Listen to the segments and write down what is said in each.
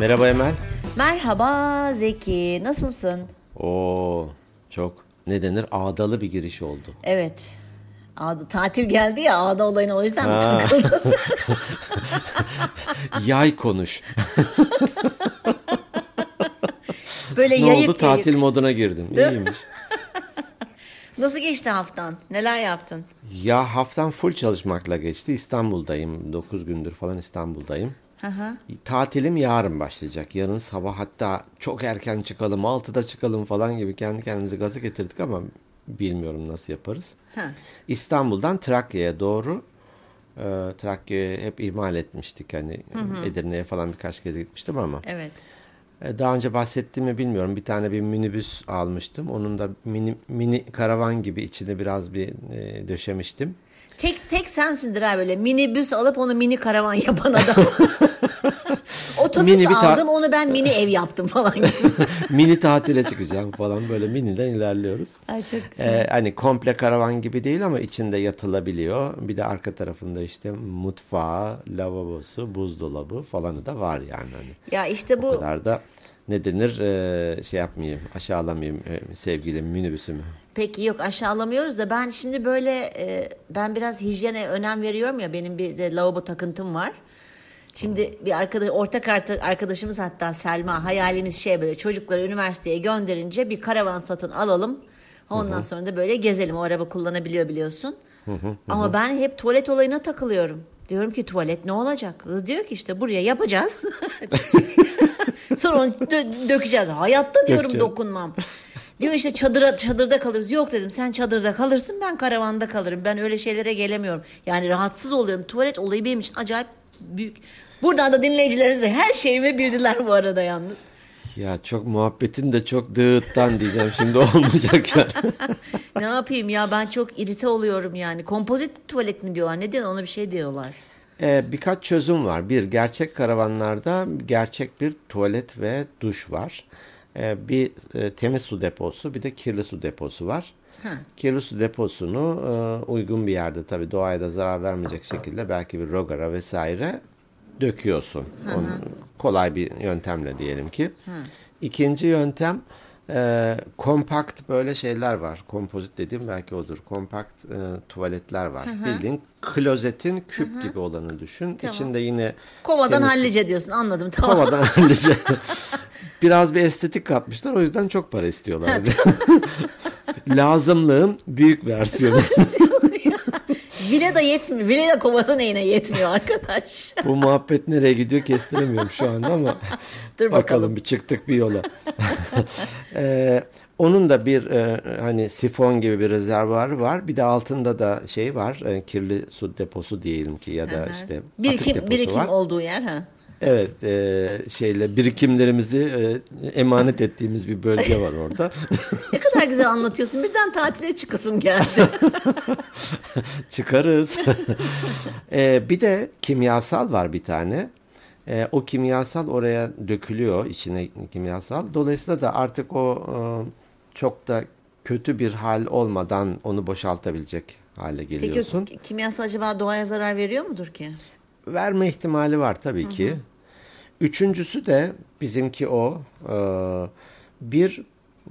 Merhaba Emel. Merhaba Zeki, nasılsın? Oo, çok ne denir? Ağdalı bir giriş oldu. Evet, tatil geldi ya, ağda olayına o yüzden mi Ha. takıldın? Yay konuş. Böyle Ne yayık oldu? Tatil yayık. moduna girdim. Değil mi? İyiymiş. Nasıl geçti haftan? Neler yaptın? Ya haftam full çalışmakla geçti. İstanbul'dayım. 9 gündür falan İstanbul'dayım. Hı hı. Tatilim yarın başlayacak. Yarın sabah hatta çok erken çıkalım, 6'da çıkalım falan gibi kendi kendimize gazı getirdik ama bilmiyorum nasıl yaparız. Ha. İstanbul'dan Trakya'ya doğru. Trakya'yı hep ihmal etmiştik. Hani Edirne'ye falan birkaç kez gitmiştim ama. Evet. Daha önce bahsettiğimi bilmiyorum. Bir tane bir minibüs almıştım. Onun da mini karavan gibi içine biraz bir döşemiştim. Tek sensindir ha, böyle minibüs alıp onu mini karavan yapan adam. Otobüs Mini bir aldım, onu ben mini ev yaptım falan gibi. mini tatile çıkacağım falan, böyle miniden ilerliyoruz. Ay çok güzel. Hani komple karavan gibi değil ama içinde yatılabiliyor. Bir de arka tarafında işte mutfağı, lavabosu, buzdolabı falanı da var yani. Hani Ya işte o bu kadar da ne denir, şey yapmayayım, aşağılamayayım sevgili minibüsümü. Peki, yok aşağılamıyoruz da ben şimdi böyle ben biraz hijyene önem veriyorum ya, benim bir de lavabo takıntım var. Şimdi bir ortak arkadaşımız, hatta Selma, hayalimiz şey, böyle çocukları üniversiteye gönderince bir karavan satın alalım. Ondan sonra da böyle gezelim. O araba kullanabiliyor biliyorsun. Ama ben hep tuvalet olayına takılıyorum. Diyorum ki tuvalet ne olacak? Diyor ki işte buraya yapacağız. Sonra onu dökeceğiz. Hayatta diyorum Dökeceğiz. dokunmam. Diyor işte çadırda kalırız. Yok dedim, sen çadırda kalırsın, ben karavanda kalırım. Ben öyle şeylere gelemiyorum. Yani rahatsız oluyorum. Tuvalet olayı benim için acayip büyük. Buradan da dinleyicilerimiz de her şeyimi bildiler bu arada yalnız. Ya çok muhabbetin de çok dağıttan diyeceğim şimdi, olmayacak yani. Ne yapayım ya, ben çok irite oluyorum yani. Kompozit tuvalet mi diyorlar, ne diyorlar, ona bir şey diyorlar. Birkaç çözüm var. Bir, gerçek karavanlarda gerçek bir tuvalet ve duş var. Bir temiz su deposu, bir de kirli su deposu var. Ha. Kirli su deposunu uygun bir yerde, tabii doğaya da zarar vermeyecek şekilde, belki bir rogara vesaire döküyorsun. Onu, kolay bir yöntemle diyelim ki. İkinci yöntem, kompakt böyle şeyler var. Kompozit dediğim belki odur. Kompakt tuvaletler var. Bildiğin klozetin küp gibi olanı düşün. Tamam. İçinde yine Kovadan temiz su- hallice diyorsun, anladım, tamam. Kovadan hallice. Biraz bir estetik katmışlar. O yüzden çok para istiyorlar. Lazımlığın büyük versiyonu. Villa da yetmiyor. Villa da kovası neyine yetmiyor arkadaş. Bu muhabbet nereye gidiyor kestiremiyorum şu anda ama Dur bakalım. bir çıktık bir yola. Onun da bir hani sifon gibi bir rezervuarı var. Bir de altında da şey var. Kirli su deposu diyelim ki, ya da işte atık deposu Birikim var. olduğu yer ha. Evet, birikimlerimizi emanet ettiğimiz bir bölge var orada. Ne kadar güzel anlatıyorsun. Birden tatile çıkasım geldi. Çıkarız. Bir de kimyasal var bir tane. O kimyasal oraya dökülüyor, içine kimyasal. Dolayısıyla da artık o çok da kötü bir hal olmadan onu boşaltabilecek hale geliyorsun. Peki kimyasal acaba doğaya zarar veriyor mudur ki? Verme ihtimali var tabii ki. Üçüncüsü de bizimki o. Bir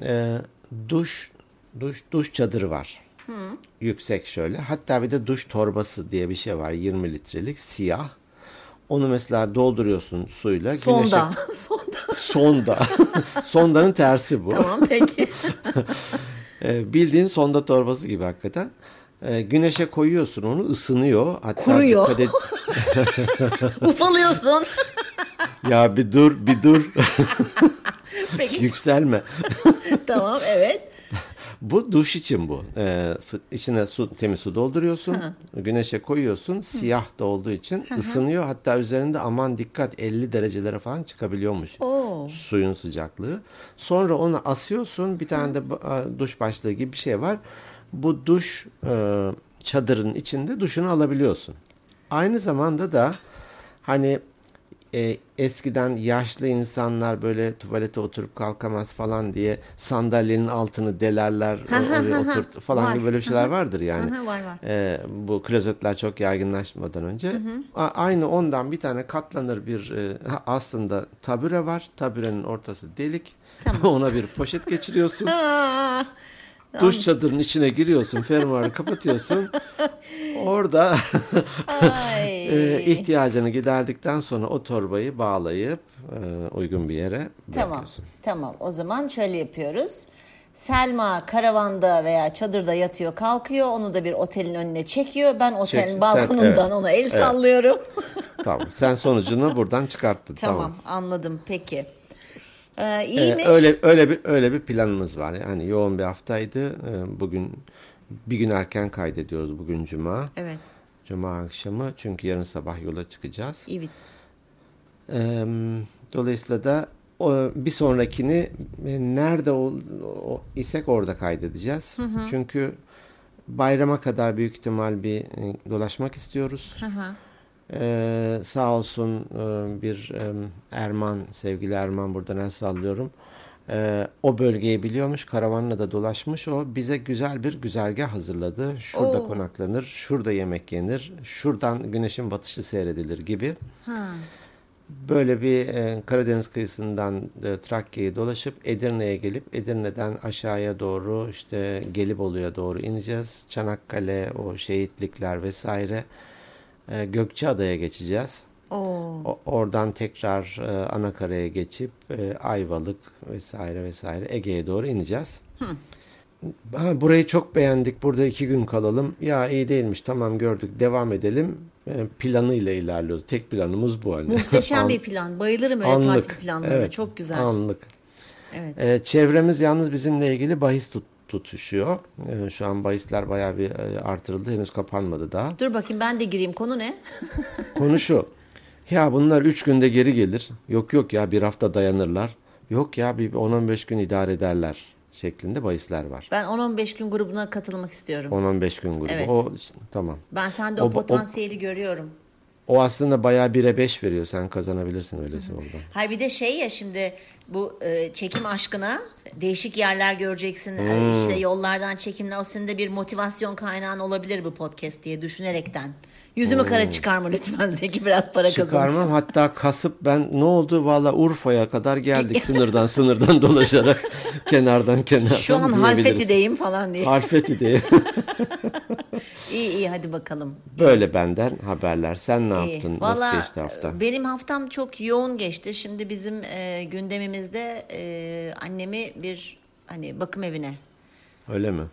duş çadırı var. Yüksek şöyle. Hatta bir de duş torbası diye bir şey var. 20 litrelik siyah. Onu mesela dolduruyorsun suyla. Sonda. Sonda. Sondanın tersi bu. Tamam peki. Bildiğin sonda torbası gibi hakikaten. Güneşe koyuyorsun, onu ısınıyor. Hatta Kuruyor. dikkat et. Ufalıyorsun. Ya bir dur. Peki. Yükselme. Tamam, evet. Bu duş için bu. İçine temiz su dolduruyorsun. Güneşe koyuyorsun. Siyah da olduğu için ısınıyor. Hatta üzerinde aman dikkat 50 derecelere falan çıkabiliyormuş. Oo. Suyun sıcaklığı. Sonra onu asıyorsun. Bir tane de duş başlığı gibi bir şey var. Bu duş çadırın içinde duşunu alabiliyorsun. Aynı zamanda da hani eskiden yaşlı insanlar böyle tuvalete oturup kalkamaz falan diye sandalyenin altını delerler, oraya oturt falan Var. gibi böyle bir şeyler vardır yani. Var. Bu klozetler çok yaygınlaşmadan önce. Aynı ondan bir tane katlanır bir aslında tabure var. Taburenin ortası delik. Tamam. Ona bir poşet geçiriyorsun. Duş çadırının içine giriyorsun, fermuarı kapatıyorsun. Orada ihtiyacını giderdikten sonra o torbayı bağlayıp uygun bir yere bırakıyorsun. Tamam. O zaman şöyle yapıyoruz. Selma karavanda veya çadırda yatıyor, kalkıyor. Onu da bir otelin önüne çekiyor. Ben otelin balkonundan ona el sallıyorum. Tamam. Sen sonucunu buradan çıkarttın. Tamam. Anladım. Peki. İyiymiş. Öyle bir planımız var. Yani yoğun bir haftaydı. Bugün bir gün erken kaydediyoruz. Bugün Cuma. Evet. Cuma akşamı. Çünkü yarın sabah yola çıkacağız. Evet. Dolayısıyla da bir sonrakini nerede isek orada kaydedeceğiz. Çünkü bayrama kadar büyük ihtimal bir dolaşmak istiyoruz. Sağ olsun bir Erman, sevgili Erman, buradan el sallıyorum. O bölgeyi biliyormuş, karavanla da dolaşmış. O bize güzel bir güzergah hazırladı. Şurada konaklanır, şurada yemek yenir, şuradan güneşin batışı seyredilir gibi. Böyle bir Karadeniz kıyısından Trakya'yı dolaşıp Edirne'ye gelip Edirne'den aşağıya doğru işte Gelibolu'ya doğru ineceğiz. Çanakkale, o şehitlikler vesaire. Gökçeada'ya geçeceğiz. Oradan tekrar Anakara'ya geçip Ayvalık vesaire Ege'ye doğru ineceğiz. Burayı çok beğendik. Burada 2 gün kalalım. Ya iyi değilmiş. Tamam, gördük. Devam edelim. Planıyla ilerliyoruz. Tek planımız bu. Muhteşem bir plan. Bayılırım öyle tatil planlarına. Evet, çok güzel. Anlık. Evet. Çevremiz yalnız bizimle ilgili bahis tutuşuyor. Şu an bahisler bayağı bir artırıldı. Henüz kapanmadı daha. Dur bakayım, ben de gireyim. Konu ne? Konu şu. Ya bunlar 3 günde geri gelir. Yok ya, bir hafta dayanırlar. Yok ya, bir 10-15 gün idare ederler şeklinde bahisler var. Ben 10-15 gün grubuna katılmak istiyorum. 10-15 gün grubu. Evet. Tamam. Ben sende o potansiyeli görüyorum. O aslında bayağı 1'e 5 veriyor. Sen kazanabilirsin öyleyse oradan. Hayır, bir de ya şimdi bu çekim aşkına değişik yerler göreceksin. İşte yollardan çekimler. O senin de bir motivasyon kaynağın olabilir bu podcast diye düşünerekten. Yüzümü kara çıkarma lütfen Zeki, biraz para kazan. Çıkarmam, hatta kasıp ben ne oldu valla Urfa'ya kadar geldik sınırdan dolaşarak kenardan şu an Halfeti'deyim falan diye. Halfeti'deyim. İyi hadi bakalım. Böyle benden haberler. Sen ne yaptın? Nasıl geçti hafta? Benim haftam çok yoğun geçti. Şimdi bizim gündemimizde annemi bir bakım evine. Öyle mi?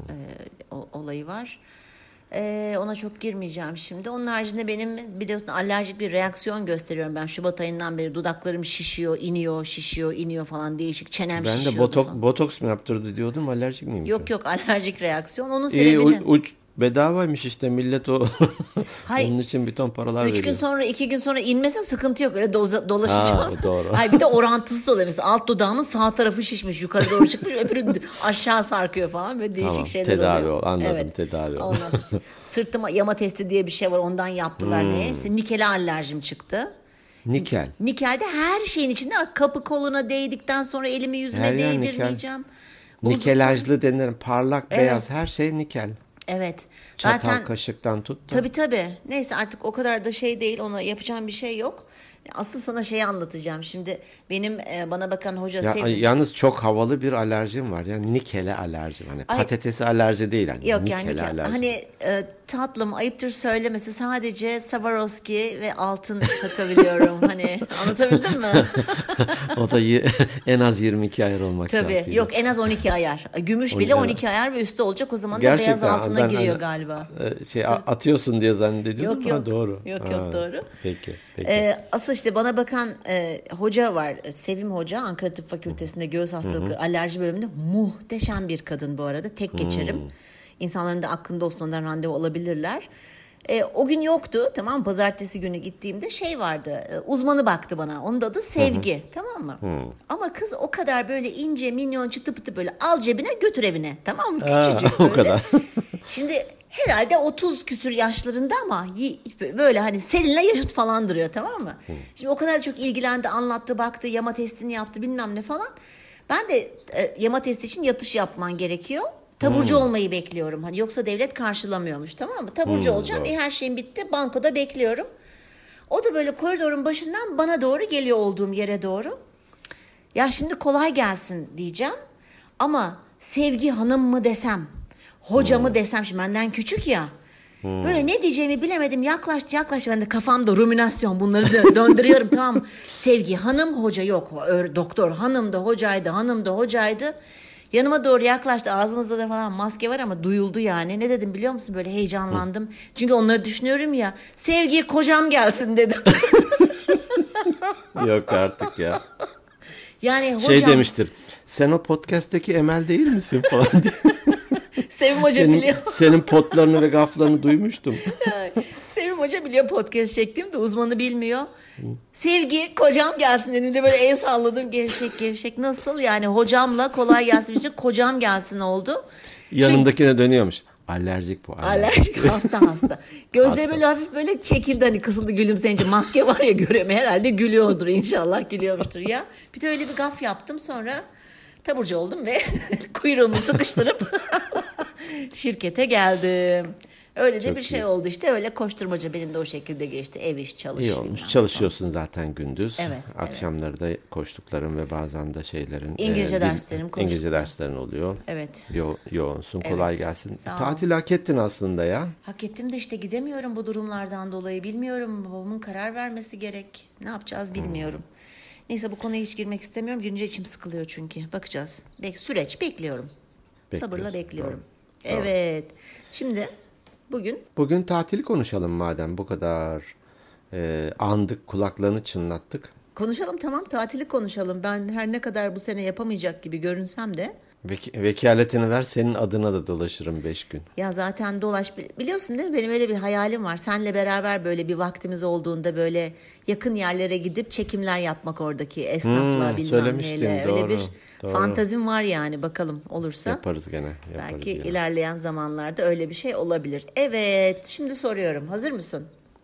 Olayı var. Ona çok girmeyeceğim şimdi. Onun haricinde benim biliyorsun alerjik bir reaksiyon gösteriyorum ben. Şubat ayından beri dudaklarım şişiyor, iniyor, şişiyor, iniyor falan, değişik. Çenem şişiyor. Ben de botoks mu yaptırdı diyordum. Alerjik miyim? Yok alerjik reaksiyon. Onun sebebini. Bedavaymış işte, millet o. Hayır, onun için bir ton paralar veriyor. 3 gün sonra 2 gün sonra inmese sıkıntı yok. Öyle dolaşacağım. Doğru. Hayır, bir de orantısız oluyor. Mesela alt dudağımın sağ tarafı şişmiş. Yukarı doğru çıkmış. Öbürü aşağı sarkıyor falan. Böyle değişik şeyler tedavi oluyor. Anladım, evet. Tedavi ol. Sırtıma yama testi diye bir şey var. Ondan yaptılar neyse. Nikele alerjim çıktı. Nikel. Nikelde her şeyin içinde var. Kapı koluna değdikten sonra elimi yüzüme değdirmeyeceğim. Nikelajlı denilen parlak beyaz her şey nikel. Evet. Çatal kaşıktan tut da. Tabii. Neyse artık o kadar da değil. Ona yapacağım bir şey yok. Asıl sana anlatacağım. Şimdi benim bana bakan hoca yalnız çok havalı bir alerjim var. Yani nikele alerjim. Hani patatesi alerji değil. Yok nikele alerji. Hani tatlım, ayıptır söylemesi, sadece Swarovski ve altın takabiliyorum. Hani anlatabildim mi? O da en az 22 ayar olmak şartıyla. Tabii. Yok, en az 12 ayar. Gümüş bile 12 ayar ve üstü olacak. O zaman da beyaz altına giriyor galiba. Atıyorsun diye zannediyordum ama doğru. Yok doğru. Peki. Asıl işte bana bakan hoca var. Sevim Hoca, Ankara Tıp Fakültesi'nde göğüs hastalıkları alerji bölümünde, muhteşem bir kadın bu arada. Tek geçerim. İnsanların da aklında olsun, ondan randevu alabilirler. O gün yoktu, tamam mı? Pazartesi günü gittiğimde vardı. Uzmanı baktı bana. Onun da adı Sevgi. Tamam mı? Ama kız o kadar böyle ince, minyon, çıtı pıtı, böyle al cebine götür evine. Tamam mı? Küçücük böyle. O kadar. Şimdi herhalde 30 küsür yaşlarında ama böyle hani seninle yaşıt falan duruyor, tamam mı? Şimdi o kadar çok ilgilendi, anlattı, baktı, yama testini yaptı bilmem ne falan. Ben de yama testi için yatış yapman gerekiyor. Taburcu olmayı bekliyorum. Hani yoksa devlet karşılamıyormuş, tamam mı? Taburcu olacağım. Her şeyim bitti. Bankoda bekliyorum. O da böyle koridorun başından bana doğru geliyor, olduğum yere doğru. Ya şimdi kolay gelsin diyeceğim. Ama Sevgi Hanım mı desem, hoca mı desem, şimdi benden küçük ya. Böyle ne diyeceğimi bilemedim. Yaklaştı. Ben de kafamda ruminasyon, bunları döndürüyorum, tamam mı? Sevgi Hanım, hoca yok. Doktor hanım da hocaydı. Yanıma doğru yaklaştı. Ağzımızda da falan maske var ama duyuldu yani. Ne dedim biliyor musun? Böyle heyecanlandım. Çünkü onları düşünüyorum ya. Sevgi kocam gelsin dedim. Yok artık ya. Yani hocam... demiştir. Sen o podcast'teki Emel değil misin falan diye. Sevim Hoca biliyor. Senin potlarını ve gaflarını duymuştum. Sevim Hoca biliyor podcast çektiğimde, uzmanı bilmiyor. Sevgi kocam gelsin dedim de böyle el salladım, gevşek. Nasıl yani, hocamla kolay gelsin için kocam gelsin oldu. Yanındakine dönüyormuş. Alerjik bu. Alerjik hasta. Gözleri böyle hafif böyle çekildi, hani kısıldı gülümseyince. Maske var ya, görüyorum. Herhalde gülüyordur, inşallah gülüyormuştur ya. Bir de öyle bir gaf yaptım, sonra taburcu oldum ve kuyruğumu sıkıştırıp şirkete geldim. Öyle de bir şey oldu işte, öyle koşturmaca benim de o şekilde geçti. Ev iş, İyi olmuş. Çalışıyorsun zaten gündüz. Evet. Akşamları da koştukların ve bazen de şeylerin. İngilizce derslerin oluyor. Evet. Yoğunsun. Kolay gelsin. Sağ ol. Tatil hak ettin aslında ya. Hak ettim de işte gidemiyorum bu durumlardan dolayı. Bilmiyorum, babamın karar vermesi gerek. Ne yapacağız bilmiyorum. Neyse, bu konuya hiç girmek istemiyorum. Girince içim sıkılıyor çünkü. Bakacağız. Süreç bekliyorum. Sabırla bekliyorum. Doğru. Evet. Şimdi Bugün tatili konuşalım madem bu kadar andık, kulaklarını çınlattık. konuşalım, tamam, tatili konuşalım. Ben her ne kadar bu sene yapamayacak gibi görünsem de. Vekaletini ver, senin adına da dolaşırım 5 gün. Ya zaten biliyorsun değil mi, benim öyle bir hayalim var. Seninle beraber böyle bir vaktimiz olduğunda böyle yakın yerlere gidip çekimler yapmak, oradaki esnafla bilmem neyle. Öyle bir fantazim var yani, bakalım olursa. Yaparız gene. Belki ilerleyen zamanlarda öyle bir şey olabilir. Evet, şimdi soruyorum, hazır mısın?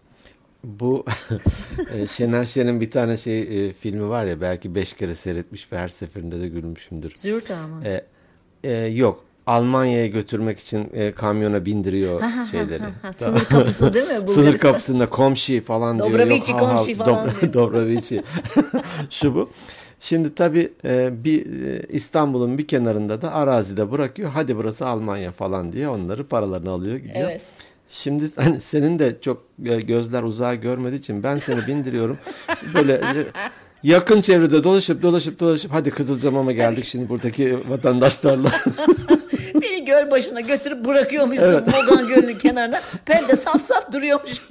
Bu Şener Şen'in bir tane filmi var ya, belki 5 kere seyretmiş ve her seferinde de gülmüşümdür. Zürta mı? Yok. Almanya'ya götürmek için kamyona bindiriyor şeyleri. Sınır kapısı değil mi? Sınır kapısında komşi falan diyor. Dobravici komşi falan diyor. Dobravici. Şu bu. Şimdi tabii İstanbul'un bir kenarında da arazide bırakıyor. Hadi burası Almanya falan diye onları, paralarını alıyor gidiyor. Evet. Şimdi hani senin de çok gözler uzağa görmediği için ben seni bindiriyorum. Böyle yakın çevrede dolaşıp hadi Kızılcamam'a geldik şimdi buradaki vatandaşlarla. Beni göl başına götürüp bırakıyormuşsun, evet. Mogan Gölü'nün kenarına. Ben de saf duruyormuş.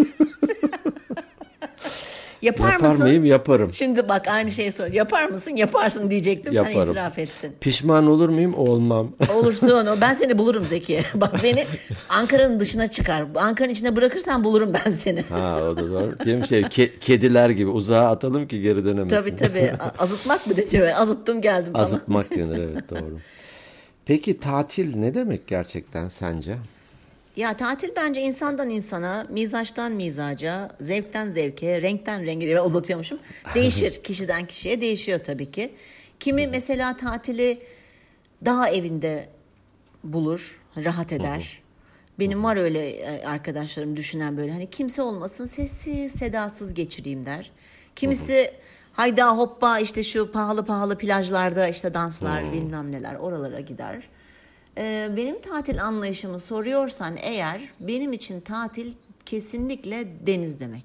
Yapar mısın? Mıyım? Yaparım. Şimdi bak, aynı şeyi sor. Yapar mısın? Yaparsın diyecektim. Yaparım. Sen itiraf ettin. Pişman olur muyum? Olmam. Olursun. Ben seni bulurum Zeki. Bak, beni Ankara'nın dışına çıkar. Ankara'nın içine bırakırsan bulurum ben seni. O da doğru. Değil mi? Kediler gibi uzağa atalım ki geri dönemesin. Tabii. Azıtmak mı dedi? Azıttım geldim falan. Azıtmak denir, evet, doğru. Peki tatil ne demek gerçekten sence? Ya tatil bence insandan insana, mizaçtan mizaca, zevkten zevke, renkten renge diye uzatıyormuşum. Değişir. Kişiden kişiye değişiyor tabii ki. Kimi mesela tatili dağ evinde bulur, rahat eder. Benim var öyle arkadaşlarım, düşünen böyle hani kimse olmasın, sessiz sedasız geçireyim der. Kimisi hayda hoppa işte şu pahalı plajlarda işte danslar bilmem neler, oralara gider. Benim tatil anlayışımı soruyorsan eğer, benim için tatil kesinlikle deniz demek.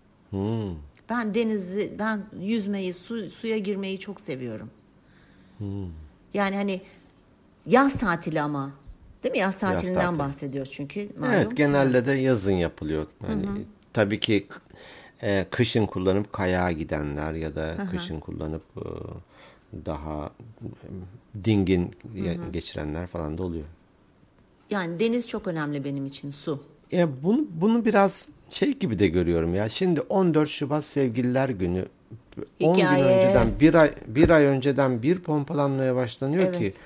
Ben yüzmeyi, suya girmeyi çok seviyorum. Yani hani yaz tatili ama, değil mi? Yaz tatilinden bahsediyoruz çünkü. Malum, evet, genelde de yazın yapılıyor. Yani, tabii ki kışın kullanıp kayağa gidenler ya da kışın kullanıp daha dingin geçirenler falan da oluyor. Yani deniz çok önemli benim için, su. Ya bunu biraz gibi de görüyorum ya. Şimdi 14 Şubat Sevgililer Günü. Hikaye. 10 gün önceden, bir ay önceden bir pompalanmaya başlanıyor ki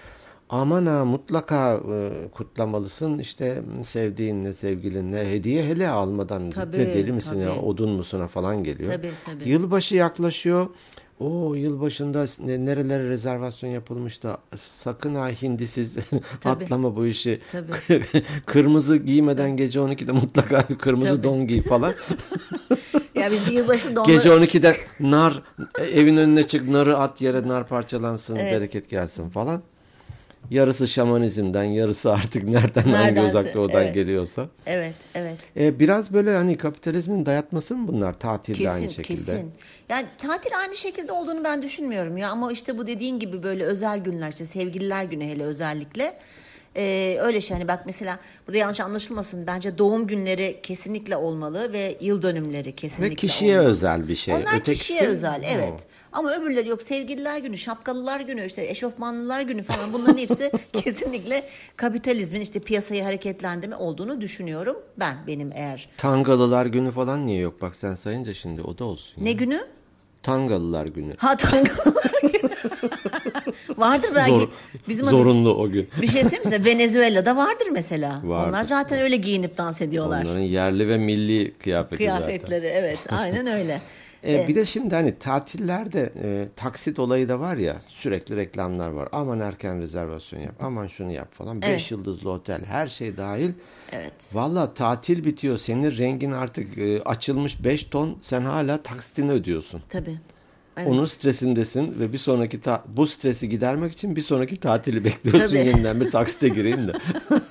Aman ha, mutlaka kutlamalısın işte sevdiğinle, sevgilinle. Hediye hele almadan Tabii, gitme, deli misin ya, tabii. odun musuna falan geliyor. Tabii. Yılbaşı yaklaşıyor. O yılbaşında nerelere rezervasyon yapılmış da sakın ha hindisiz Tabii. atlama bu işi. Tabii. Kırmızı giymeden gece 12'de mutlaka bir kırmızı Tabii. don giy falan. Ya biz bir yılbaşı donlu... Gece 12'de nar, evin önüne çık, narı at yere, nar parçalansın, Evet. bereket gelsin falan. Yarısı şamanizmden, yarısı artık nereden hangi Neredense, uzak doğudan evet. geliyorsa. Evet. Biraz böyle hani kapitalizmin dayatması mı bunlar, tatil de aynı şekilde? Kesin. Yani tatil aynı şekilde olduğunu ben düşünmüyorum ya, ama işte bu dediğin gibi böyle özel günler, işte sevgililer günü hele özellikle öyle şey. Hani bak mesela burada yanlış anlaşılmasın, bence doğum günleri kesinlikle olmalı ve yıl dönümleri kesinlikle Ve kişiye olmalı. özel bir şey. Onlar Ötekisi, kişiye özel, evet. Ama öbürleri yok, sevgililer günü, şapkalılar günü, işte eşofmanlılar günü falan, bunların hepsi kesinlikle kapitalizmin işte piyasayı hareketlendirme olduğunu düşünüyorum ben, benim eğer. Tangalılar günü falan niye yok? Bak sen sayınca şimdi o da olsun. Ne ya. günü? Tangalılar günü. Ha, tangalılar günü. Vardır belki. Bizim Zorunlu o gün. bir şey söyleyeyim mi size? Venezuela'da vardır mesela. Vardır. Onlar zaten öyle giyinip dans ediyorlar. Onların yerli ve milli kıyafeti zaten. Kıyafetleri, evet, aynen öyle. Bir de şimdi hani tatillerde taksit olayı da var ya, sürekli reklamlar var. Aman erken rezervasyon yap, aman şunu yap falan. 5 Evet. yıldızlı otel, her şey dahil. Evet. Valla tatil bitiyor. Senin rengin artık açılmış 5 ton. Sen hala taksitini ödüyorsun. Tabii. Evet. Onun stresindesin ve bir sonraki bu stresi gidermek için bir sonraki tatili bekliyorsun. Tabii. Yeniden bir taksite gireyim de.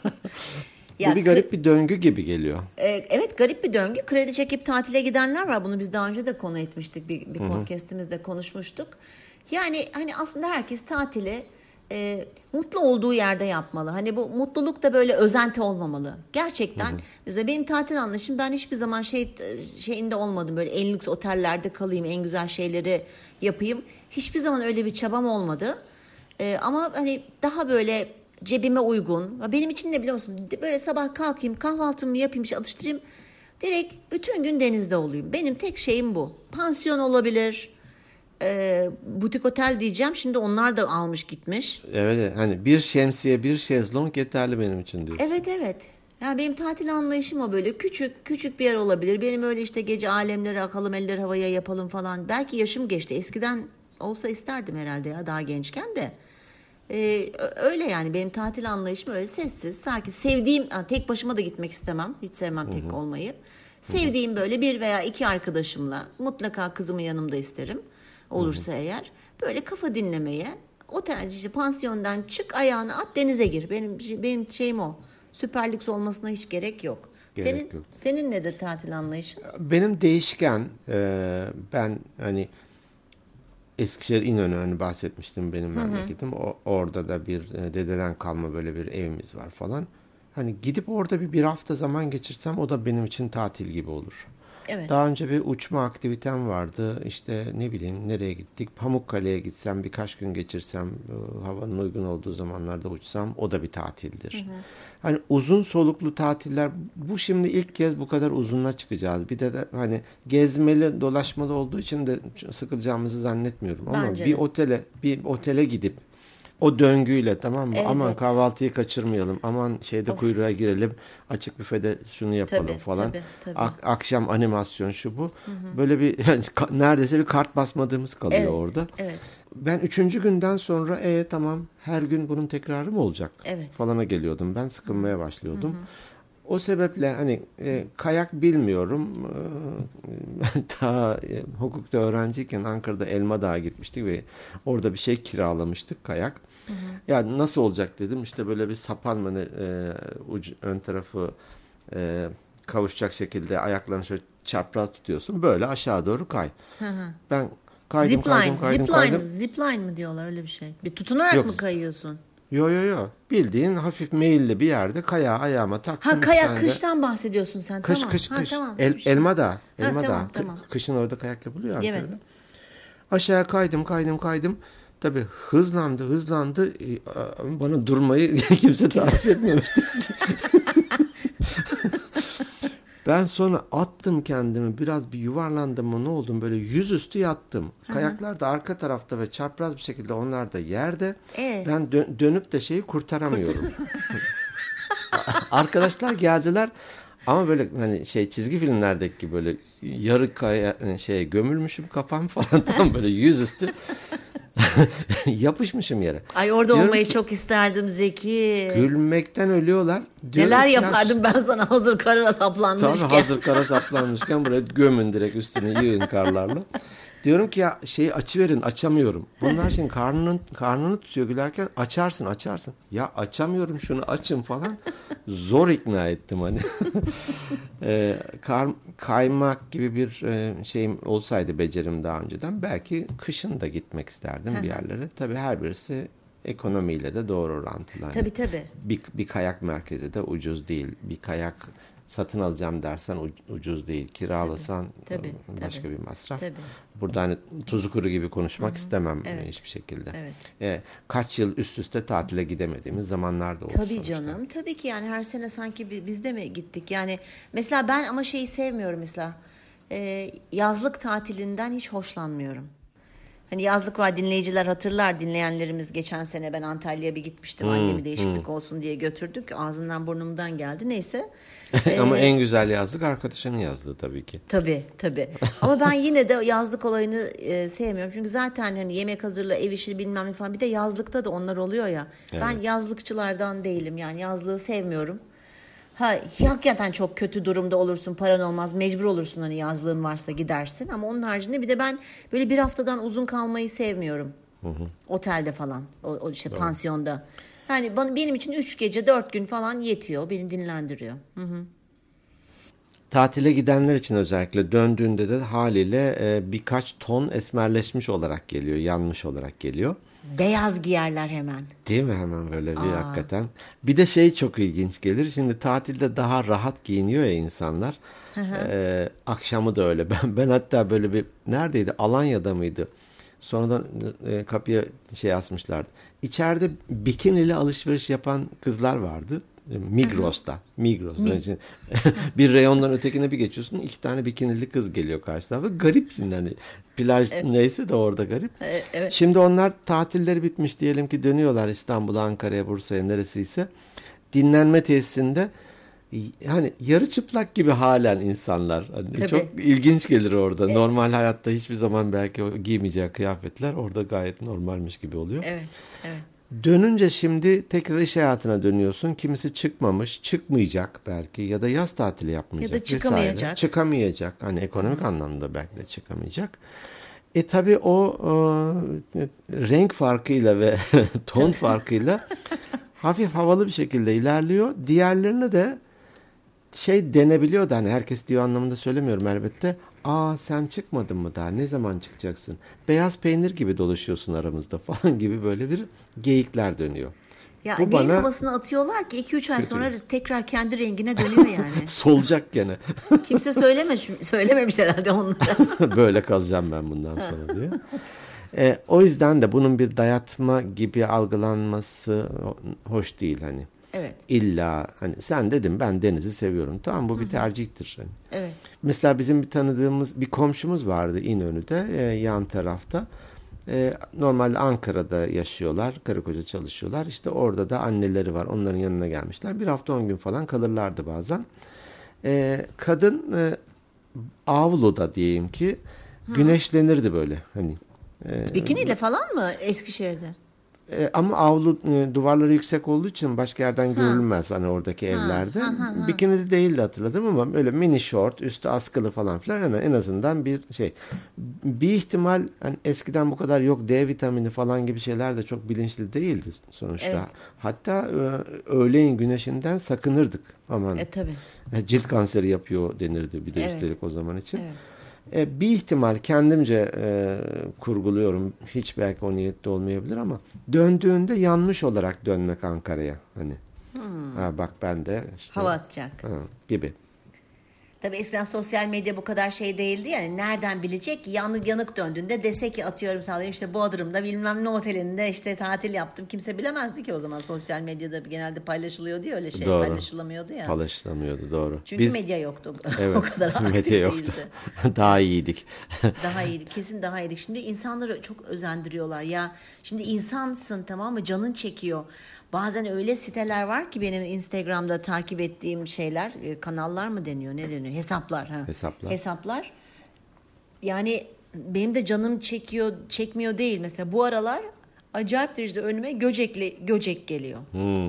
Ya Bu bir garip bir döngü gibi geliyor. Evet, garip bir döngü. Kredi çekip tatile gidenler var. Bunu biz daha önce de konu etmiştik. Bir podcastimizde konuşmuştuk. Yani hani aslında herkes tatili mutlu olduğu yerde yapmalı. Hani bu mutluluk da böyle özenti olmamalı. Gerçekten mesela benim tatil anlayışım, ben hiçbir zaman şeyinde olmadım. Böyle en lüks otellerde kalayım, en güzel şeyleri yapayım. Hiçbir zaman öyle bir çabam olmadı. Ama hani daha böyle cebime uygun. Benim için de biliyor musun? Böyle sabah kalkayım, kahvaltımı yapayım, işte atıştırayım. Direkt bütün gün denizde olayım. Benim tek şeyim bu. Pansiyon olabilir. Butik otel diyeceğim. Şimdi onlar da almış gitmiş. Evet, hani bir şemsiye, bir şezlong yeterli benim için diyorsun. Evet. Yani benim tatil anlayışım o, böyle küçük bir yer olabilir. Benim öyle işte gece alemleri akalım, elleri havaya yapalım falan. Belki yaşım geçti. Eskiden olsa isterdim herhalde ya, daha gençken de. Öyle yani, benim tatil anlayışım öyle sessiz, sakin. Sevdiğim, tek başıma da gitmek istemem. Hiç sevmem tek olmayı. Sevdiğim böyle bir veya iki arkadaşımla, mutlaka kızımı yanımda isterim. Olursa eğer, böyle kafa dinlemeye, otel işte pansiyondan çık, ayağını at, denize gir. Benim şeyim o. Süper lüks olmasına hiç gerek yok. Gerek yok. Senin ne de tatil anlayışın? Benim değişken. Ben hani Eskişehir İnönü, hani bahsetmiştim, benim memleketim. Orada da bir dededen kalma böyle bir evimiz var falan. Hani gidip orada bir hafta zaman geçirsem o da benim için tatil gibi olur. Evet. Daha önce bir uçma aktivitem vardı. İşte ne bileyim nereye gittik. Pamukkale'ye gitsem, birkaç gün geçirsem, havanın uygun olduğu zamanlarda uçsam o da bir tatildir. Hani uzun soluklu tatiller, bu şimdi ilk kez bu kadar uzunla çıkacağız. Bir de hani gezmeli, dolaşmalı olduğu için de sıkılacağımızı zannetmiyorum. Ama Bence bir otele gidip o döngüyle, tamam mı? Evet. Aman kahvaltıyı kaçırmayalım. Aman şeyde kuyruğa girelim. Açık büfede şunu yapalım Tabii, falan. tabii. Akşam animasyon şu bu. Böyle bir neredeyse bir kart basmadığımız kalıyor Evet, orada. evet. Ben 3. günden sonra tamam, her gün bunun tekrarı mı olacak? Evet. Falana geliyordum. Ben sıkılmaya başlıyordum. O sebeple hani kayak bilmiyorum. Daha hukukta öğrenciyken Ankara'da Elmadağ'a gitmiştik ve orada bir şey kiralamıştık, kayak. Ya nasıl olacak dedim. İşte böyle bir sapan mı ön tarafı kavuşacak şekilde ayaklarını şöyle çapraz tutuyorsun. Böyle aşağı doğru kay. Ben kaydım. Zipline mı diyorlar, öyle bir şey. Bir tutunarak Yok. mı kayıyorsun? Yo. Bildiğin hafif meyilli bir yerde kayağı ayağıma taktım. Ha, kayak kıştan bahsediyorsun sen. Kış. Tamam. Elmadağ. Tamam. Kışın orada kayak yapılıyor Ankara'da. Evet. Aşağı kaydım. Tabii hızlandı. Bana durmayı kimse tarif etmemişti. Ben sonra attım kendimi, biraz bir yuvarlandım mı ne oldum, böyle yüzüstü yattım. Kayaklar da arka tarafta ve çapraz bir şekilde onlar da yerde. Ben dönüp de şeyi kurtaramıyorum. Arkadaşlar geldiler ama böyle hani çizgi filmlerdeki gibi böyle yarı gömülmüşüm kafam falan, tam böyle yüzüstü yapışmışım yere. Ay orada diyorum olmayı çok isterdim Zeki. Gülmekten ölüyorlar. Diyorum neler yapardım ben sana hazır kara saplanmışken. Tabii hazır kara saplanmışken buraya gömün, direkt üstüne yığın karlarla. Diyorum ki ya açıverin, açamıyorum. Bunlar şimdi karnını tutuyor gülerken, açarsın. Ya açamıyorum, şunu açın falan. Zor ikna ettim hani. Kaymak gibi bir şeyim olsaydı, becerim daha önceden, belki kışın da gitmek isterdim bir yerlere. Tabii her birisi ekonomiyle de doğru orantılı. Tabii. Bir kayak merkezi de ucuz değil. Bir kayak satın alacağım dersen ucuz değil. Kiralasan başka bir masraf. Tabii. Burada hani tuzu kuru gibi konuşmak istemem hiçbir şekilde. Evet. Kaç yıl üst üste tatile gidemediğimiz zamanlar da oldu. Tabii canım. Tabii ki yani her sene sanki biz de mi gittik? Yani mesela ben ama şeyi sevmiyorum mesela. Yazlık tatilinden hiç hoşlanmıyorum. Hani yazlık var, dinleyiciler hatırlar, dinleyenlerimiz, geçen sene ben Antalya'ya bir gitmiştim. Annemi değişiklik olsun diye götürdük. Ağzımdan burnumdan geldi. Neyse. Ama en güzel yazlık arkadaşının yazlığı tabii ki. Tabii. Ama ben yine de yazlık olayını sevmiyorum. Çünkü zaten hani yemek hazırla, ev işi bilmem ne falan. Bir de yazlıkta da onlar oluyor ya. Evet. Ben yazlıkçılardan değilim. Yani yazlığı sevmiyorum. Hakikaten çok kötü durumda olursun, paran olmaz, mecbur olursun, hani yazlığın varsa gidersin. Ama onun haricinde bir de ben böyle bir haftadan uzun kalmayı sevmiyorum. Otelde falan, o pansiyonda. Yani benim için 3 gece 4 gün falan yetiyor, beni dinlendiriyor. Tatile gidenler için özellikle döndüğünde de haliyle birkaç ton esmerleşmiş olarak geliyor, yanmış olarak geliyor. Beyaz giyerler hemen. Değil mi, hemen böyle bir hakikaten. Bir de çok ilginç gelir. Şimdi tatilde daha rahat giyiniyor ya insanlar. Akşamı da öyle. Ben hatta böyle bir, neredeydi? Alanya'da mıydı? Sonradan kapıya asmışlardı. İçeride bikinili alışveriş yapan kızlar vardı. Migros'ta. Bir reyondan ötekine bir geçiyorsun, 2 tane bikinili kız geliyor karşıdan. Garip şimdi, hani plaj neyse de orada garip. Evet. Şimdi onlar tatilleri bitmiş, diyelim ki dönüyorlar İstanbul'a, Ankara'ya, Bursa'ya, neresiyse. Dinlenme tesisinde hani yarı çıplak gibi halen insanlar. Hani çok ilginç gelir orada. Normal hayatta hiçbir zaman belki o giymeyeceği kıyafetler orada gayet normalmiş gibi oluyor. Evet. Dönünce şimdi tekrar iş hayatına dönüyorsun. Kimisi çıkmamış, çıkmayacak belki, ya da yaz tatili yapmayacak. Ya da çıkamayacak. Çıkamayacak. Hani ekonomik anlamda belki de çıkamayacak. Tabii o renk farkıyla ve ton farkıyla hafif havalı bir şekilde ilerliyor. Diğerlerine de denebiliyor da, hani herkes diyor anlamında söylemiyorum elbette. Sen çıkmadın mı daha? Ne zaman çıkacaksın? Beyaz peynir gibi dolaşıyorsun aramızda falan gibi böyle bir geyikler dönüyor. Ya neyin havasını atıyorlar ki 2-3 ay sonra tekrar kendi rengine dönüyor yani. Solacak gene. Kimse söylememiş herhalde onlara. Böyle kalacağım ben bundan sonra diye. O yüzden de bunun bir dayatma gibi algılanması hoş değil hani. Evet. İlla hani sen dedim ben denizi seviyorum. Tamam, bu bir tercihtir. Yani. Evet. Mesela bizim bir tanıdığımız bir komşumuz vardı İnönü'de, yan tarafta. Normalde Ankara'da yaşıyorlar. Karı koca çalışıyorlar. İşte orada da anneleri var. Onların yanına gelmişler. 1 hafta 10 gün falan kalırlardı bazen. Kadın avluda diyeyim ki güneşlenirdi böyle. Hani. Bikiniyle falan mı Eskişehir'de? Ama avlu duvarları yüksek olduğu için başka yerden görülmez hani oradaki evlerde. Bikini değildi hatırladım, ama böyle mini short, üstü askılı falan filan, yani en azından bir bir ihtimal hani eskiden bu kadar yok, D vitamini falan gibi şeyler de çok bilinçli değildi sonuçta. Evet. Hatta öğleyin güneşinden sakınırdık. Aman. Tabii. Cilt kanseri yapıyor denirdi bir de üstelik o zaman için. Evet. Bir ihtimal kendimce kurguluyorum. Hiç belki o niyette olmayabilir ama döndüğünde yanmış olarak dönmek Ankara'ya. Hani bak ben de işte hava atacak gibi. Tabii eskiden sosyal medya bu kadar şey değildi yani nereden bilecek ki yanık döndüğünde dese ki atıyorum sağlayayım işte Bodrum'da bilmem ne otelinde işte tatil yaptım. Kimse bilemezdi ki o zaman sosyal medyada genelde paylaşılıyordu ya öyle şey Doğru. paylaşılamıyordu ya. Paylaşılamıyordu doğru. Çünkü medya yoktu. Evet, o kadar aktif medya yoktu. değildi. Daha iyiydik. Daha iyiydik. Kesin daha iyiydik. Şimdi insanları çok özendiriyorlar. Ya şimdi insansın tamam mı? Canın çekiyor. Bazen öyle siteler var ki benim Instagram'da takip ettiğim şeyler, kanallar mı deniyor, ne deniyor? Hesaplar. Ha. Hesaplar. Yani benim de canım çekiyor, çekmiyor değil. Mesela bu aralar acayip derecede önüme Göcek geliyor.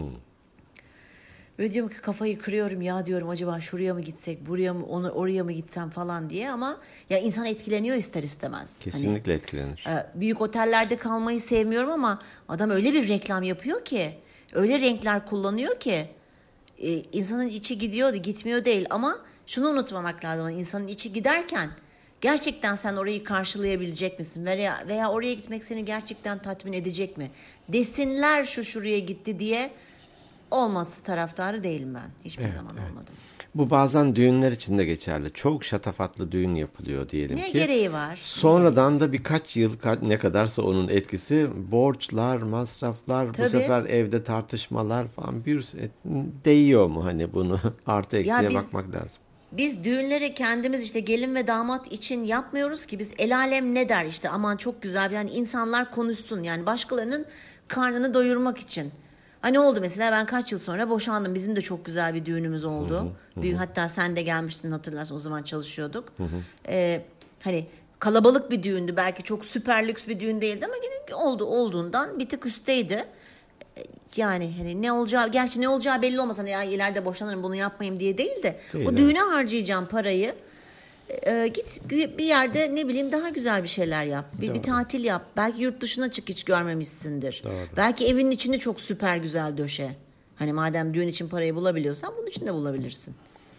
Ve diyorum ki kafayı kırıyorum ya diyorum acaba şuraya mı gitsek, buraya mı, oraya mı gitsem falan diye ama ya insan etkileniyor ister istemez. Kesinlikle etkilenir. Büyük otellerde kalmayı sevmiyorum ama adam öyle bir reklam yapıyor ki, öyle renkler kullanıyor ki insanın içi gidiyor, gitmiyor değil ama şunu unutmamak lazım. İnsanın içi giderken gerçekten sen orayı karşılayabilecek misin? Veya oraya gitmek seni gerçekten tatmin edecek mi? Desinler şuraya gitti diye olması taraftarı değilim ben. Hiçbir zaman olmadım. Bu bazen düğünler için de geçerli. Çok şatafatlı düğün yapılıyor diyelim ki. Ne gereği var? Sonradan da birkaç yıl ne kadarsa onun etkisi borçlar, masraflar, Tabii. bu sefer evde tartışmalar falan değiyor mu hani bunu artı eksiğe bakmak lazım. Biz düğünleri kendimiz işte gelin ve damat için yapmıyoruz ki biz el alem ne der işte aman çok güzel yani insanlar konuşsun yani başkalarının karnını doyurmak için. Hani oldu mesela ben kaç yıl sonra boşandım. Bizim de çok güzel bir düğünümüz oldu. Hatta sen de gelmiştin hatırlarsın o zaman çalışıyorduk. Hani kalabalık bir düğündü. Belki çok süper lüks bir düğün değildi ama yine olduğundan bir tık üstteydi. Yani hani ne olacağı belli olmasa ya ileride boşanırım bunu yapmayayım diye değil de o düğüne harcayacağım parayı. Git bir yerde ne bileyim daha güzel bir şeyler yap. Bir tatil yap. Belki yurt dışına çık hiç görmemişsindir. Doğru. Belki evinin içini çok süper güzel döşe. Hani madem düğün için parayı bulabiliyorsan bunun için de bulabilirsin.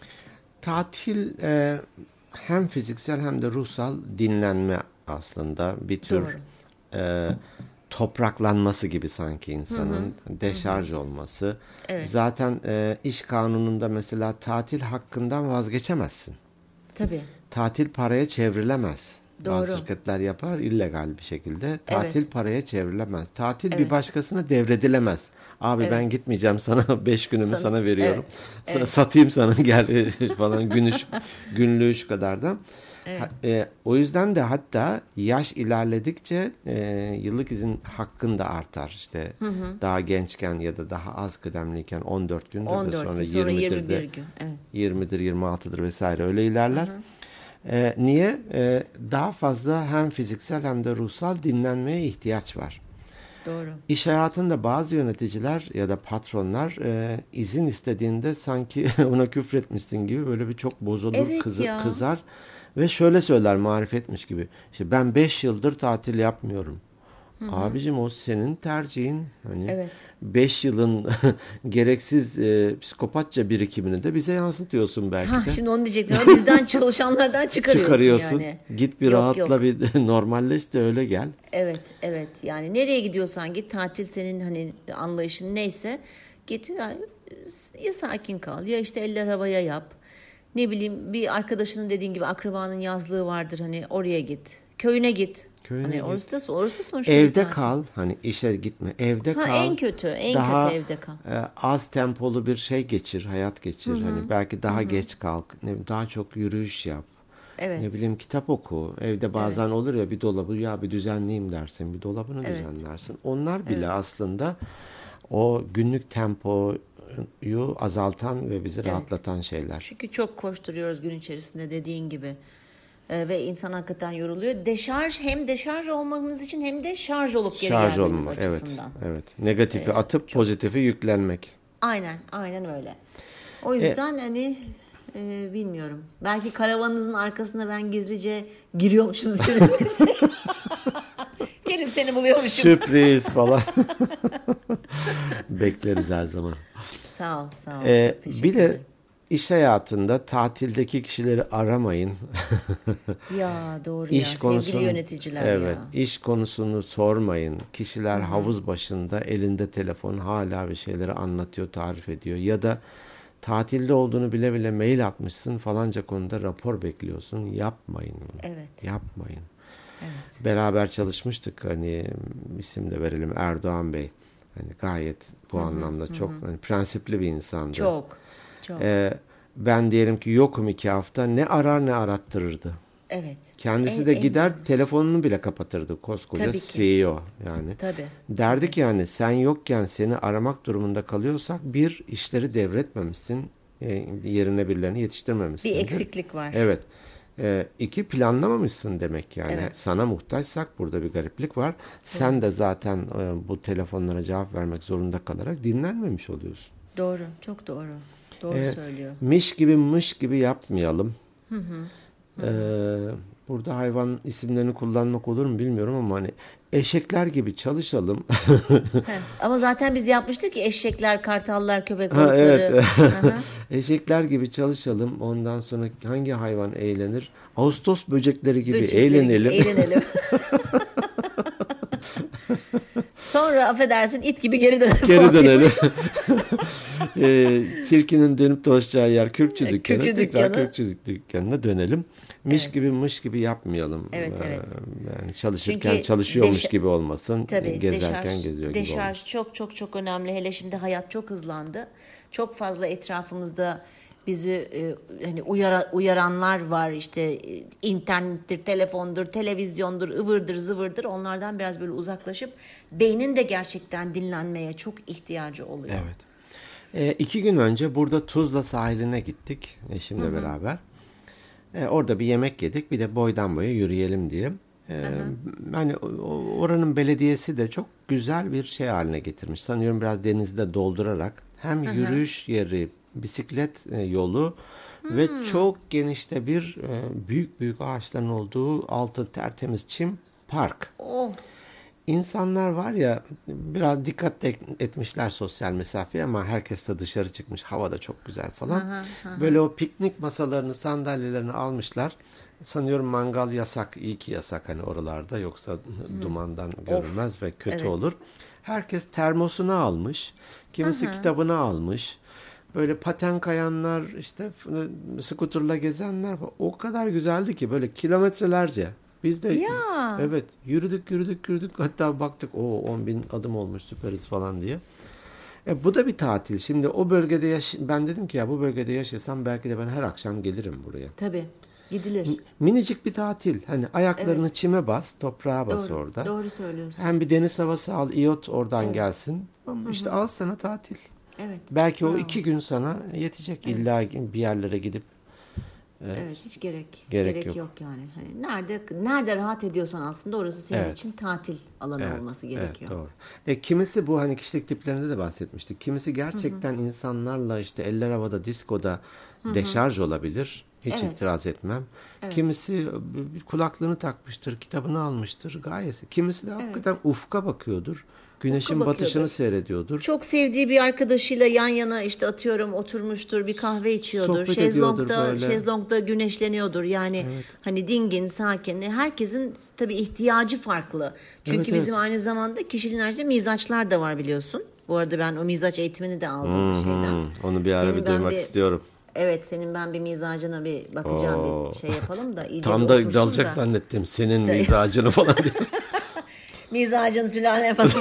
Tatil hem fiziksel hem de ruhsal dinlenme aslında bir tür topraklanması gibi sanki insanın deşarj olması. Evet. Zaten iş kanununda mesela tatil hakkından vazgeçemezsin. Tabii. Tatil paraya çevrilemez. Doğru. Bazı şirketler yapar illegal bir şekilde. Tatil paraya çevrilemez. Tatil bir başkasına devredilemez. Abi ben gitmeyeceğim sana 5 günümü sana veriyorum. Satayım sana gel falan günlüğü şu kadar da. O yüzden de hatta yaş ilerledikçe yıllık izin hakkın da artar. İşte daha gençken ya da daha az kıdemliyken 14 gündür 14 sonra gün, sonra 20'dir de 21 gün. Evet. 20'dir 26'dır vesaire öyle ilerler. Niye? Daha fazla hem fiziksel hem de ruhsal dinlenmeye ihtiyaç var. Doğru. İş hayatında bazı yöneticiler ya da patronlar izin istediğinde sanki ona küfretmişsin gibi böyle bir çok bozulur, kızar ve şöyle söyler marifetmiş gibi. İşte ben 5 yıldır tatil yapmıyorum. Abicim o senin tercihin. Hani 5 yılın gereksiz psikopatça birikimini de bize yansıtıyorsun belki de. Şimdi onu diyecektim ama bizden çalışanlardan çıkarıyorsun yani. Git bir rahatla bir normalleş de öyle gel. Evet. Yani nereye gidiyorsan git tatil senin hani anlayışın neyse git ya sakin kal ya işte eller havaya yap. Ne bileyim bir arkadaşının dediğin gibi akrabanın yazlığı vardır hani oraya git. Köyüne git. Orası da sonuçta evde kal. Hani işe gitme. Evde kal. En kötü evde kal. Az tempolu bir hayat geçir. Hani belki daha geç kalk. Daha çok yürüyüş yap. Ne bileyim kitap oku. Evde bazen olur ya bir dolabı bir düzenleyeyim dersin. Bir dolabını düzenlersin. Onlar bile aslında o günlük tempoyu azaltan ve bizi rahatlatan şeyler. Çünkü çok koşturuyoruz gün içerisinde dediğin gibi. Ve insan hakikaten yoruluyor. Hem deşarj olmamız için hem de şarj olup geri gelmemiz açısından. Evet. Negatifi atıp pozitifi yüklenmek. Aynen öyle. O yüzden hani bilmiyorum. Belki karavanınızın arkasına ben gizlice giriyormuşum sizin. Gelip seni buluyormuşum. Sürpriz falan. Bekleriz her zaman. Sağ ol. Çok teşekkür bir de ederim. İş hayatında tatildeki kişileri aramayın. Ya doğru sevgili yöneticiler Evet, iş konusunu sormayın. Kişiler havuz başında elinde telefon hala bir şeyleri anlatıyor, tarif ediyor. Ya da tatilde olduğunu bile bile mail atmışsın, falanca konuda rapor bekliyorsun. Yapmayın. Evet. Yapmayın. Evet. Beraber çalışmıştık, hani isim de verelim, Erdoğan Bey. Hani gayet bu anlamda çok hani prensipli bir insandı. Çok. Çok. Ben diyelim ki yokum 2 hafta, ne arar ne arattırırdı. Evet. Kendisi de gider telefonunu bile kapatırdı, koskoca Tabii ki. CEO yani. Tabii. Derdi ki yani sen yokken seni aramak durumunda kalıyorsak, bir, işleri devretmemişsin, yerine birilerini yetiştirmemişsin. Bir eksiklik var. Evet. 2, planlamamışsın demek yani. Evet. Sana muhtaçsak burada bir gariplik var. Sen de zaten bu telefonlara cevap vermek zorunda kalarak dinlenmemiş oluyorsun. Doğru. Çok doğru. Doğru söylüyor. Miş gibi mış gibi yapmayalım. Burada hayvan isimlerini kullanmak olur mu bilmiyorum ama hani eşekler gibi çalışalım. Ama zaten biz yapmıştık ki eşekler, kartallar, köpek balıkları. Evet. Eşekler gibi çalışalım. Ondan sonra hangi hayvan eğlenir? Ağustos böcekleri gibi eğlenelim. Eğlenelim. Sonra affedersin it gibi geri dönelim. Geri dönelim. Tilkinin dönüp dolaşacağı yer kürkçü dükkanı. Kürkçü Tekrar dükkanı. kürkçü dükkanına dönelim. Miş gibi mış gibi yapmayalım. Evet. Yani çalışırken Çünkü çalışıyormuş gibi olmasın. Tabii, Gezerken geziyor gibi olmasın. deşarj çok önemli. Hele şimdi hayat çok hızlandı. Çok fazla etrafımızda bizi hani uyaranlar var. İşte internettir, telefondur, televizyondur, ıvırdır, zıvırdır. Onlardan biraz böyle uzaklaşıp beynin de gerçekten dinlenmeye çok ihtiyacı oluyor. Evet. 2 gün önce burada Tuzla sahiline gittik eşimle beraber. Orada bir yemek yedik. Bir de boydan boya yürüyelim diye. Hani oranın belediyesi de çok güzel bir şey haline getirmiş. Sanıyorum biraz denizde doldurarak hem yürüyüş yeri, bisiklet yolu ve çok genişte bir büyük ağaçların olduğu, altı tertemiz çim park. Oh. İnsanlar var ya, biraz dikkat etmişler sosyal mesafeye ama herkes de dışarı çıkmış. Hava da çok güzel falan. Böyle o piknik masalarını, sandalyelerini almışlar. Sanıyorum mangal yasak. İyi ki yasak hani oralarda. Yoksa dumandan görülmez ve kötü olur. Herkes termosunu almış. Kimisi kitabını almış. Böyle paten kayanlar, işte skuterla gezenler falan. O kadar güzeldi ki böyle kilometrelerce. Biz de evet yürüdük, hatta baktık 10.000 adım olmuş, süperiz falan diye. Bu da bir tatil. Şimdi o bölgede ben dedim ki ya bu bölgede yaşasam belki de ben her akşam gelirim buraya. Tabii gidilir. Minicik bir tatil. Hani ayaklarını çime bas, toprağa bas orada. Doğru söylüyorsun. Hem bir deniz havası al, iyot oradan gelsin. Ama işte al sana tatil. Evet. Belki o 2 gün sana yetecek. İlla bir yerlere gidip. Evet, hiç gerek yok yani. Hani nerede rahat ediyorsan aslında orası senin için tatil alanı olması gerekiyor. Evet, doğru. Kimisi bu hani kişilik tiplerinde de bahsetmiştik. Kimisi gerçekten insanlarla işte eller havada, diskoda deşarj olabilir. Hiç itiraz etmem. Kimisi kulaklığını takmıştır, kitabını almıştır. Gayet. Kimisi de hakikaten ufka bakıyordur. Güneşin batışını seyrediyordur. Çok sevdiği bir arkadaşıyla yan yana işte atıyorum oturmuştur, bir kahve içiyordur. Şezlongda güneşleniyordur. Yani hani dingin, sakin. Herkesin tabii ihtiyacı farklı. Çünkü bizim aynı zamanda kişiliğimizde mizaçlar da var biliyorsun. Bu arada ben o mizaç eğitimini de aldım şeyden. Onu bir ara bir duymak istiyorum. Evet, senin ben bir mizacına bir bakacağım, bir şey yapalım da iyice tam da dalacak zannettim senin mizacını falan diye. Mizacın sülale falan.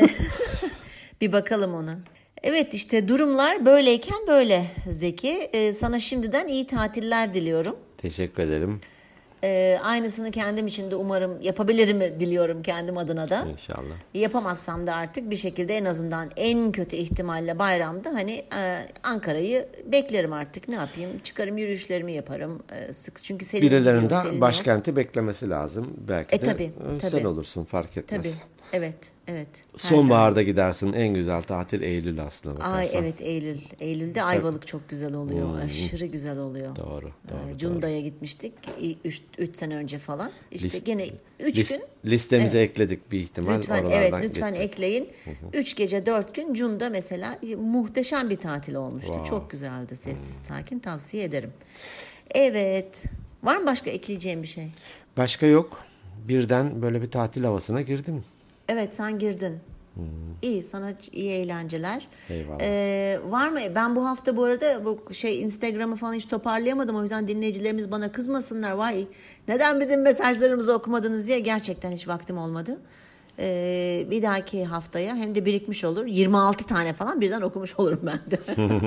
Bir bakalım ona. Evet, işte durumlar böyleyken böyle Zeki. Sana şimdiden iyi tatiller diliyorum. Teşekkür ederim. Aynısını kendim için de umarım yapabilirim diliyorum kendim adına da. İnşallah. Yapamazsam da artık bir şekilde en azından en kötü ihtimalle bayramda hani Ankara'yı beklerim artık. Ne yapayım? Çıkarım, yürüyüşlerimi yaparım. Sık. Çünkü birilerinin başkenti beklemesi lazım. Belki de tabii. sen olursun, fark etmez. Tabii. Evet. Sonbaharda gidersin. En güzel tatil Eylül aslında bakarsan. Ay evet, Eylül. Eylül'de Ayvalık çok güzel oluyor. Aşırı güzel oluyor. Doğru. Cunda'ya gitmiştik 3 sene önce falan. İşte gene 3 gün. Listemize ekledik bir ihtimal. Lütfen ekleyin. 3 gece 4 gün Cunda mesela muhteşem bir tatil olmuştu. Wow. Çok güzeldi. Sessiz, sakin, tavsiye ederim. Evet. Var mı başka ekleyeceğim bir şey? Başka yok. Birden böyle bir tatil havasına girdim. Evet, sen girdin. İyi, sana iyi eğlenceler. Eyvallah. Var mı? Ben bu hafta bu arada bu Instagram'ı falan hiç toparlayamadım. O yüzden dinleyicilerimiz bana kızmasınlar. Vay, neden bizim mesajlarımızı okumadınız diye, gerçekten hiç vaktim olmadı. Bir dahaki haftaya hem de birikmiş olur. 26 tane falan birden okumuş olurum ben de.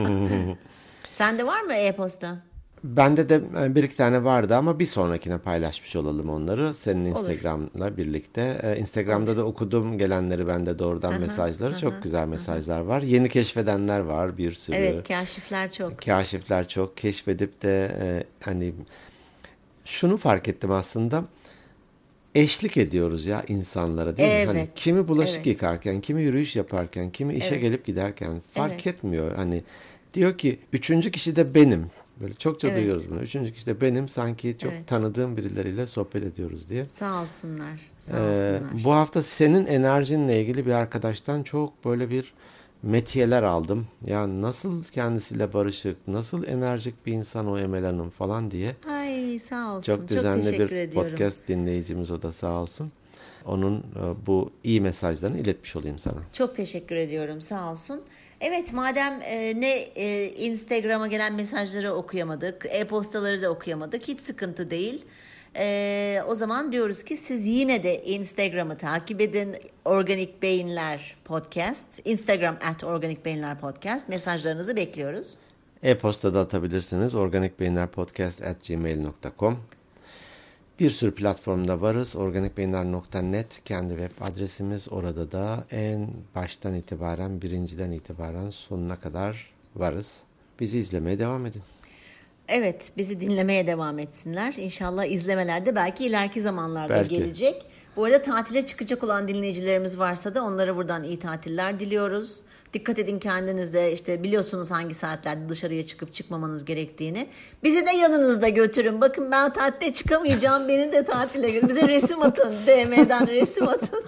Sende var mı e-posta? Bende de bir iki tane vardı ama bir sonrakine paylaşmış olalım onları. Senin Instagram'la birlikte. Instagram'da da okudum gelenleri, bende doğrudan mesajları. Çok güzel mesajlar var. Yeni keşfedenler var bir sürü. Evet, kaşifler çok. Kaşifler çok. Keşfedip de hani şunu fark ettim aslında. Eşlik ediyoruz ya insanlara, değil mi? Hani kimi bulaşık yıkarken, kimi yürüyüş yaparken, kimi işe gelip giderken fark etmiyor. Hani diyor ki 3. kişi de benim. Böyle çok duyuyoruz bunu. 3. kişi de benim, sanki çok tanıdığım birileriyle sohbet ediyoruz diye. Sağ olsunlar. Sağ olsunlar. Bu hafta senin enerjinle ilgili bir arkadaştan çok böyle bir metiyeler aldım. Ya nasıl kendisiyle barışık, nasıl enerjik bir insan o Emel Hanım falan diye. Ay, sağ olsun. Çok düzenli çok teşekkür bir ediyorum. podcast dinleyicimiz o da, sağ olsun. Onun bu iyi mesajlarını iletmiş olayım sana. Çok teşekkür ediyorum, sağ olsun. Evet, madem Instagram'a gelen mesajları okuyamadık, e-postaları da okuyamadık, hiç sıkıntı değil. O zaman diyoruz ki siz yine de Instagram'ı takip edin. Organik Beyinler Podcast. Instagram @organikbeyinlerpodcast. Mesajlarınızı bekliyoruz. E-posta da atabilirsiniz. organikbeyinlerpodcast@gmail.com. Bir sürü platformda varız. Organikbeyinler.net kendi web adresimiz. Orada da en baştan itibaren, birinciden itibaren sonuna kadar varız. Bizi izlemeye devam edin. Evet, bizi dinlemeye devam etsinler. İnşallah izlemeler de belki ileriki zamanlarda gelecek. Bu arada tatile çıkacak olan dinleyicilerimiz varsa da onlara buradan iyi tatiller diliyoruz. Dikkat edin kendinize, işte biliyorsunuz hangi saatlerde dışarıya çıkıp çıkmamanız gerektiğini. Bizi de yanınızda götürün. Bakın ben tatile çıkamayacağım, beni de tatile götürün. Bize resim atın, DM'den resim atın.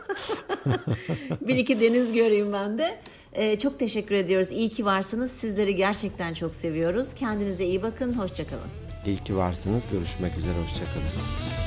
Bir iki deniz göreyim ben de. Çok teşekkür ediyoruz. İyi ki varsınız. Sizleri gerçekten çok seviyoruz. Kendinize iyi bakın. Hoşça kalın. İyi ki varsınız. Görüşmek üzere. Hoşça kalın.